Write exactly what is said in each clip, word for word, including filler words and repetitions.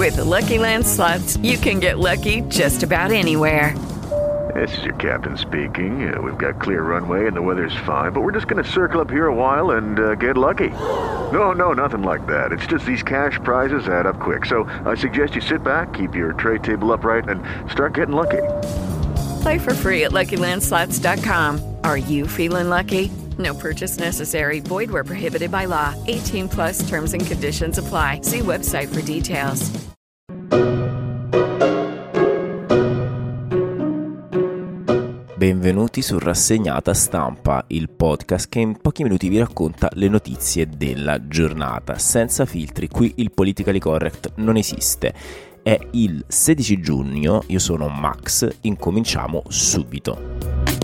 With Lucky Land Slots, you can get lucky just about anywhere. This is your captain speaking. Uh, we've got clear runway and the weather's fine, but we're just going to circle up here a while and uh, get lucky. No, no, nothing like that. It's just these cash prizes add up quick. So I suggest you sit back, keep your tray table upright, and start getting lucky. Play for free at Lucky Land Slots dot com. Are you feeling lucky? No purchase necessary. Void where prohibited by law. eighteen plus terms and conditions apply. See website for details. Benvenuti su Rassegnata Stampa, il podcast che in pochi minuti vi racconta le notizie della giornata. Senza filtri, qui il politically correct non esiste. È il sedici giugno, io sono Max, incominciamo subito.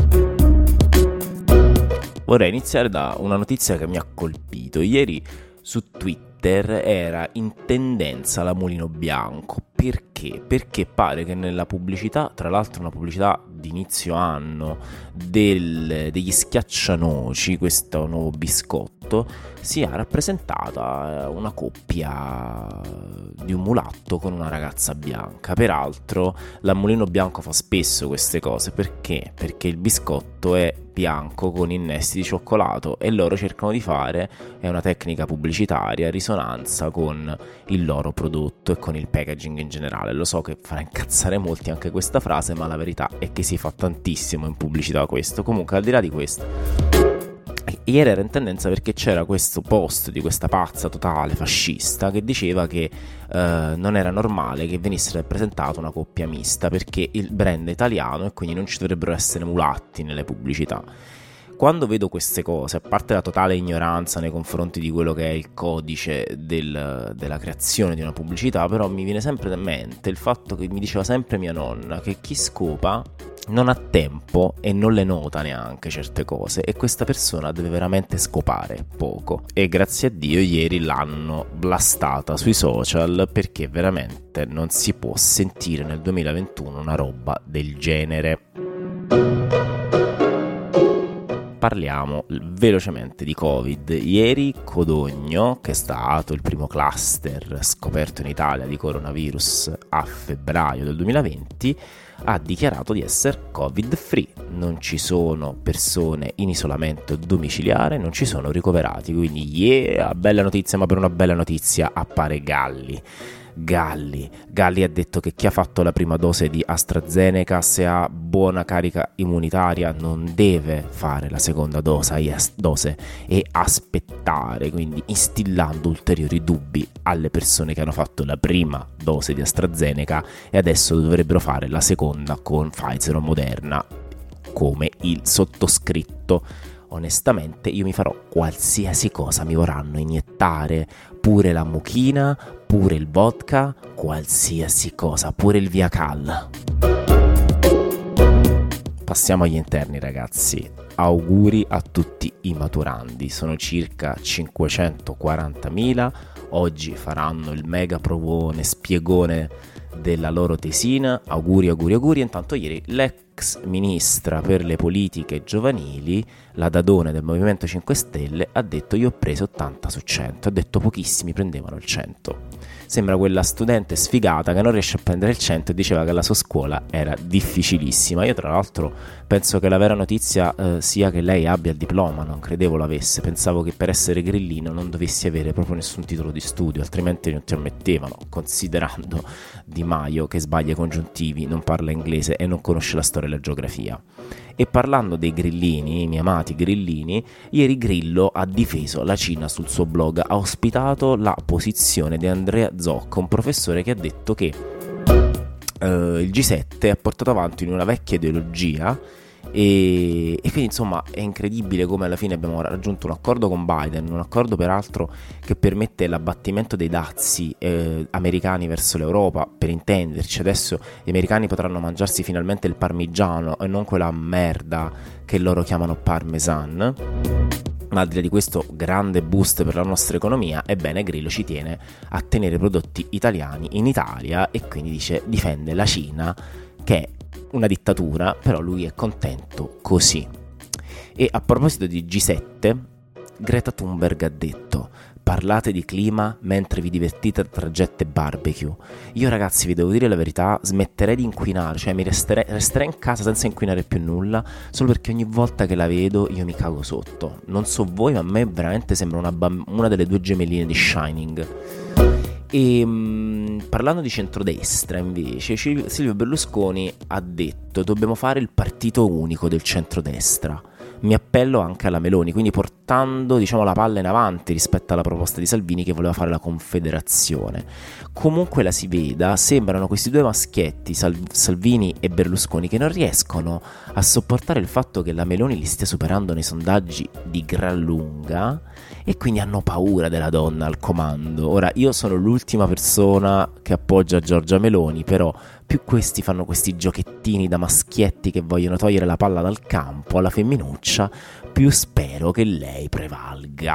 Vorrei iniziare da una notizia che mi ha colpito. Ieri su Twitter era in tendenza la Mulino Bianco. Perché? Perché pare che nella pubblicità, tra l'altro una pubblicità di inizio anno del, degli schiaccianoci, questo nuovo biscotto, sia rappresentata una coppia di un mulatto con una ragazza bianca. Peraltro la Mulino Bianco fa spesso queste cose. Perché? Perché il biscotto è bianco con innesti di cioccolato e loro cercano di fare, è una tecnica pubblicitaria, risonanza con il loro prodotto e con il packaging in generale. Lo so che farà incazzare molti anche questa frase, ma la verità è che si fa tantissimo in pubblicità questo. Comunque, al di là di questo, ieri era in tendenza perché c'era questo post di questa pazza totale fascista che diceva che eh, non era normale che venisse rappresentata una coppia mista perché il brand è italiano e quindi non ci dovrebbero essere mulatti nelle pubblicità. Quando vedo queste cose, a parte la totale ignoranza nei confronti di quello che è il codice del, della creazione di una pubblicità, però mi viene sempre in mente il fatto che mi diceva sempre mia nonna che chi scopa non ha tempo e non le nota neanche certe cose, e questa persona deve veramente scopare poco. E grazie a Dio ieri l'hanno blastata sui social, perché veramente non si può sentire nel duemilaventuno una roba del genere. Parliamo velocemente di Covid. Ieri Codogno, che è stato il primo cluster scoperto in Italia di coronavirus a febbraio del duemilaventi, ha dichiarato di essere Covid free. Non ci sono persone in isolamento domiciliare, non ci sono ricoverati, quindi yeah, bella notizia, ma per una bella notizia appare Galli. Galli. Galli ha detto che chi ha fatto la prima dose di AstraZeneca, se ha buona carica immunitaria, non deve fare la seconda dose, dose e aspettare, quindi instillando ulteriori dubbi alle persone che hanno fatto la prima dose di AstraZeneca e adesso dovrebbero fare la seconda con Pfizer o Moderna, come il sottoscritto. Onestamente io mi farò qualsiasi cosa mi vorranno iniettare, pure la mucchina, pure il vodka, qualsiasi cosa, pure il Viacal. Passiamo agli interni, ragazzi. Auguri a tutti i maturandi, sono circa cinquecentoquarantamila, oggi faranno il mega provone spiegone della loro tesina. Auguri, auguri, auguri. Intanto ieri l'ex ministra per le politiche giovanili, la Dadone del Movimento cinque Stelle, ha detto: io ho preso ottanta su cento. Ha detto pochissimi prendevano il cento. Sembra quella studente sfigata che non riesce a prendere il cento e diceva che la sua scuola era difficilissima. Io tra l'altro penso che la vera notizia eh, sia che lei abbia il diploma, non credevo l'avesse. Pensavo che per essere grillino non dovessi avere proprio nessun titolo di studio, altrimenti non ti ammettevano, considerando Di Maio che sbaglia i congiuntivi, non parla inglese e non conosce la storia e la geografia. E parlando dei grillini, i miei amati grillini, ieri Grillo ha difeso la Cina sul suo blog, ha ospitato la posizione di Andrea Zocca, un professore che ha detto che uh, il G sette ha portato avanti una vecchia ideologia e, e quindi insomma è incredibile come alla fine abbiamo raggiunto un accordo con Biden, un accordo peraltro che permette l'abbattimento dei dazi eh, americani verso l'Europa. Per intenderci, adesso gli americani potranno mangiarsi finalmente il parmigiano e non quella merda che loro chiamano parmesan. Ma al di là di questo grande boost per la nostra economia, ebbene Grillo ci tiene a tenere prodotti italiani in Italia e quindi dice difende la Cina, che è una dittatura, però lui è contento così. E a proposito di G sette, Greta Thunberg ha detto: parlate di clima mentre vi divertite tra jet e barbecue. Io ragazzi vi devo dire la verità, smetterei di inquinare, cioè mi resterei, resterei in casa senza inquinare più nulla, solo perché ogni volta che la vedo io mi cago sotto. Non so voi, ma a me veramente sembra una, bamb- una delle due gemelline di Shining. E mh, parlando di centrodestra invece, Silvio Berlusconi ha detto: dobbiamo fare il partito unico del centrodestra. Mi appello anche alla Meloni, quindi portando, diciamo, la palla in avanti rispetto alla proposta di Salvini che voleva fare la confederazione. Comunque la si veda, sembrano questi due maschietti, Sal- Salvini e Berlusconi, che non riescono a sopportare il fatto che la Meloni li stia superando nei sondaggi di gran lunga e quindi hanno paura della donna al comando. Ora, io sono l'ultima persona che appoggia Giorgia Meloni, però più questi fanno questi giochettini da maschietti che vogliono togliere la palla dal campo alla femminuccia, più spero che lei prevalga.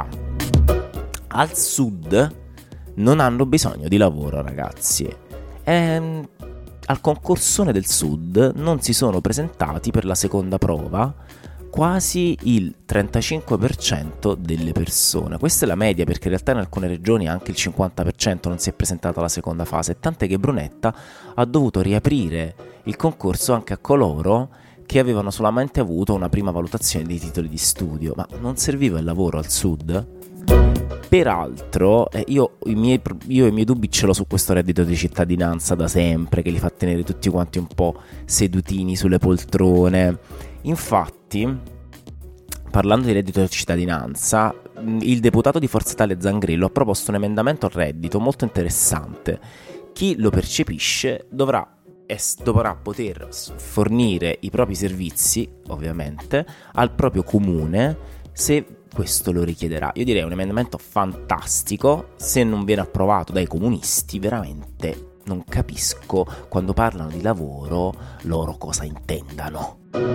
Al sud non hanno bisogno di lavoro, ragazzi. E, al concorsone del sud non si sono presentati per la seconda prova quasi il trentacinque per cento delle persone. Questa è la media, perché in realtà in alcune regioni anche il cinquanta per cento non si è presentato alla seconda fase, tant'è che Brunetta ha dovuto riaprire il concorso anche a coloro che avevano solamente avuto una prima valutazione dei titoli di studio. Ma non serviva il lavoro al sud? Peraltro eh, io, i miei, io i miei dubbi ce l'ho su questo reddito di cittadinanza da sempre, che li fa tenere tutti quanti un po' sedutini sulle poltrone. Infatti, parlando di reddito di cittadinanza, il deputato di Forza Italia Zangrillo ha proposto un emendamento al reddito molto interessante. Chi lo percepisce dovrà, es- dovrà poter fornire i propri servizi, ovviamente, al proprio comune se questo lo richiederà. Io direi un emendamento fantastico. Se non viene approvato dai comunisti, veramente non capisco quando parlano di lavoro loro cosa intendano.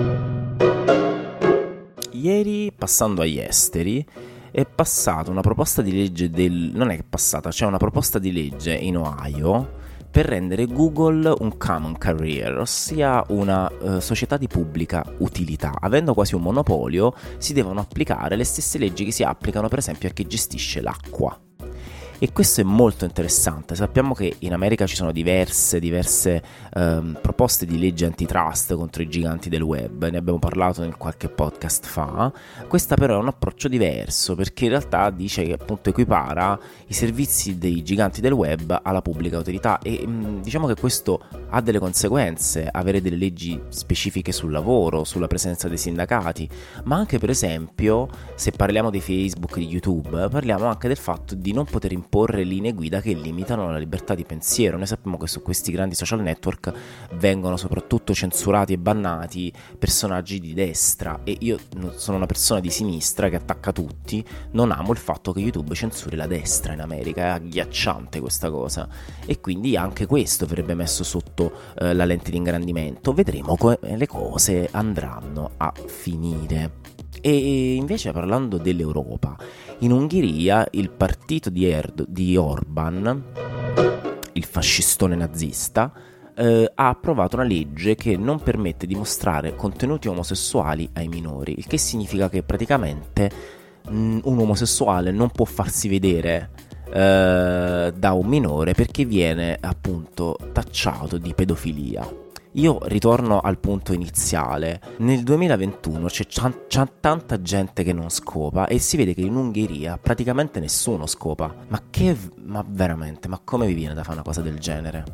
Ieri, passando agli esteri, è passata una proposta di legge del... non è che è passata, c'è una proposta di legge in Ohio per rendere Google un common carrier, ossia una uh, società di pubblica utilità. Avendo quasi un monopolio, si devono applicare le stesse leggi che si applicano per esempio a chi gestisce l'acqua. E questo è molto interessante. Sappiamo che in America ci sono diverse, diverse ehm, proposte di legge antitrust contro i giganti del web, ne abbiamo parlato nel qualche podcast fa. Questa però è un approccio diverso, perché in realtà dice che appunto equipara i servizi dei giganti del web alla pubblica utilità e mh, diciamo che questo ha delle conseguenze, avere delle leggi specifiche sul lavoro, sulla presenza dei sindacati, ma anche per esempio, se parliamo di Facebook, di YouTube, parliamo anche del fatto di non poter imporre linee guida che limitano la libertà di pensiero. Noi sappiamo che su questi grandi social network vengono soprattutto censurati e bannati personaggi di destra, e io sono una persona di sinistra che attacca tutti, non amo il fatto che YouTube censuri la destra in America, è agghiacciante questa cosa, e quindi anche questo verrebbe messo sotto eh, la lente di ingrandimento. Vedremo come le cose andranno a finire. E invece, parlando dell'Europa, in Ungheria il partito di, Erd- di Orban, il fascistone nazista, eh, ha approvato una legge che non permette di mostrare contenuti omosessuali ai minori, il che significa che praticamente mh, un omosessuale non può farsi vedere eh, da un minore perché viene appunto tacciato di pedofilia. Io ritorno al punto iniziale. Nel duemilaventuno c'è, c'è tanta gente che non scopa e si vede che in Ungheria praticamente nessuno scopa. Ma che... ma veramente, ma come vi viene da fare una cosa del genere?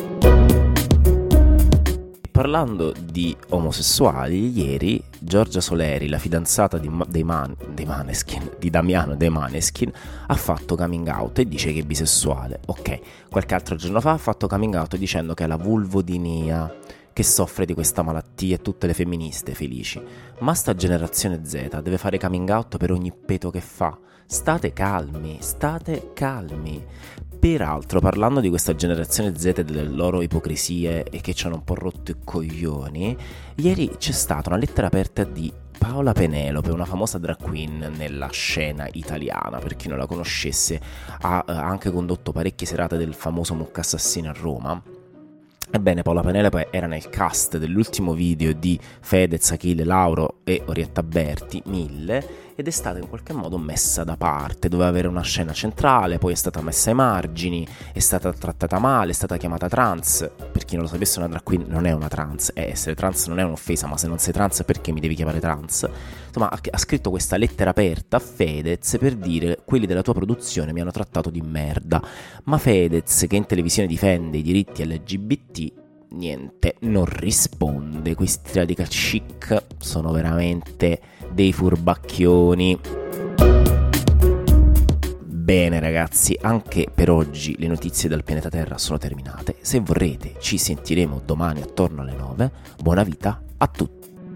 Parlando di omosessuali, ieri Giorgia Soleri, la fidanzata di, dei, Man, dei Maneskin, di Damiano dei Maneskin, ha fatto coming out e dice che è bisessuale. Ok, qualche altro giorno fa ha fatto coming out dicendo che ha la vulvodinia, che soffre di questa malattia, e tutte le femministe felici. Ma sta generazione Z deve fare coming out per ogni peto che fa. State calmi, state calmi. Peraltro, parlando di questa generazione Z e delle loro ipocrisie e che ci hanno un po' rotto i coglioni, ieri c'è stata una lettera aperta di Paola Penelope, una famosa drag queen nella scena italiana. Per chi non la conoscesse, ha anche condotto parecchie serate del famoso Mucca Assassino a Roma. Ebbene, Paola Penelope era nel cast dell'ultimo video di Fedez, Achille Lauro e Orietta Berti, mille, ed è stata in qualche modo messa da parte. Doveva avere una scena centrale, poi è stata messa ai margini, è stata trattata male, è stata chiamata trans. Per chi non lo sapesse, una drag queen non è una trans, e essere trans non è un'offesa, ma se non sei trans perché mi devi chiamare trans? Insomma, ha scritto questa lettera aperta a Fedez per dire: quelli della tua produzione mi hanno trattato di merda. Ma Fedez, che in televisione difende i diritti L G B T, niente, non risponde. Questi radical chic sono veramente dei furbacchioni. Bene ragazzi, anche per oggi le notizie dal pianeta Terra sono terminate. Se vorrete ci sentiremo domani attorno alle nove. Buona vita a tutti.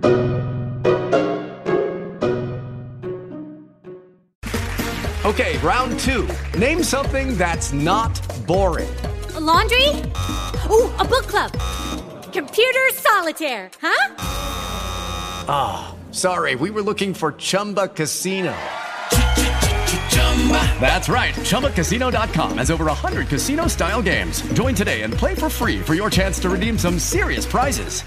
Okay, round two. Name something that's not boring. A laundry? Ooh, a book club. Computer solitaire, huh? Ah, oh, sorry, we were looking for Chumba Casino. That's right, Chumba Casino dot com has over one hundred casino-style games. Join today and play for free for your chance to redeem some serious prizes.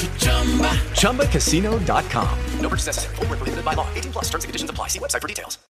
Chumba Casino dot com. No purchase necessary. Void where prohibited by law. eighteen plus terms and conditions apply. See website for details.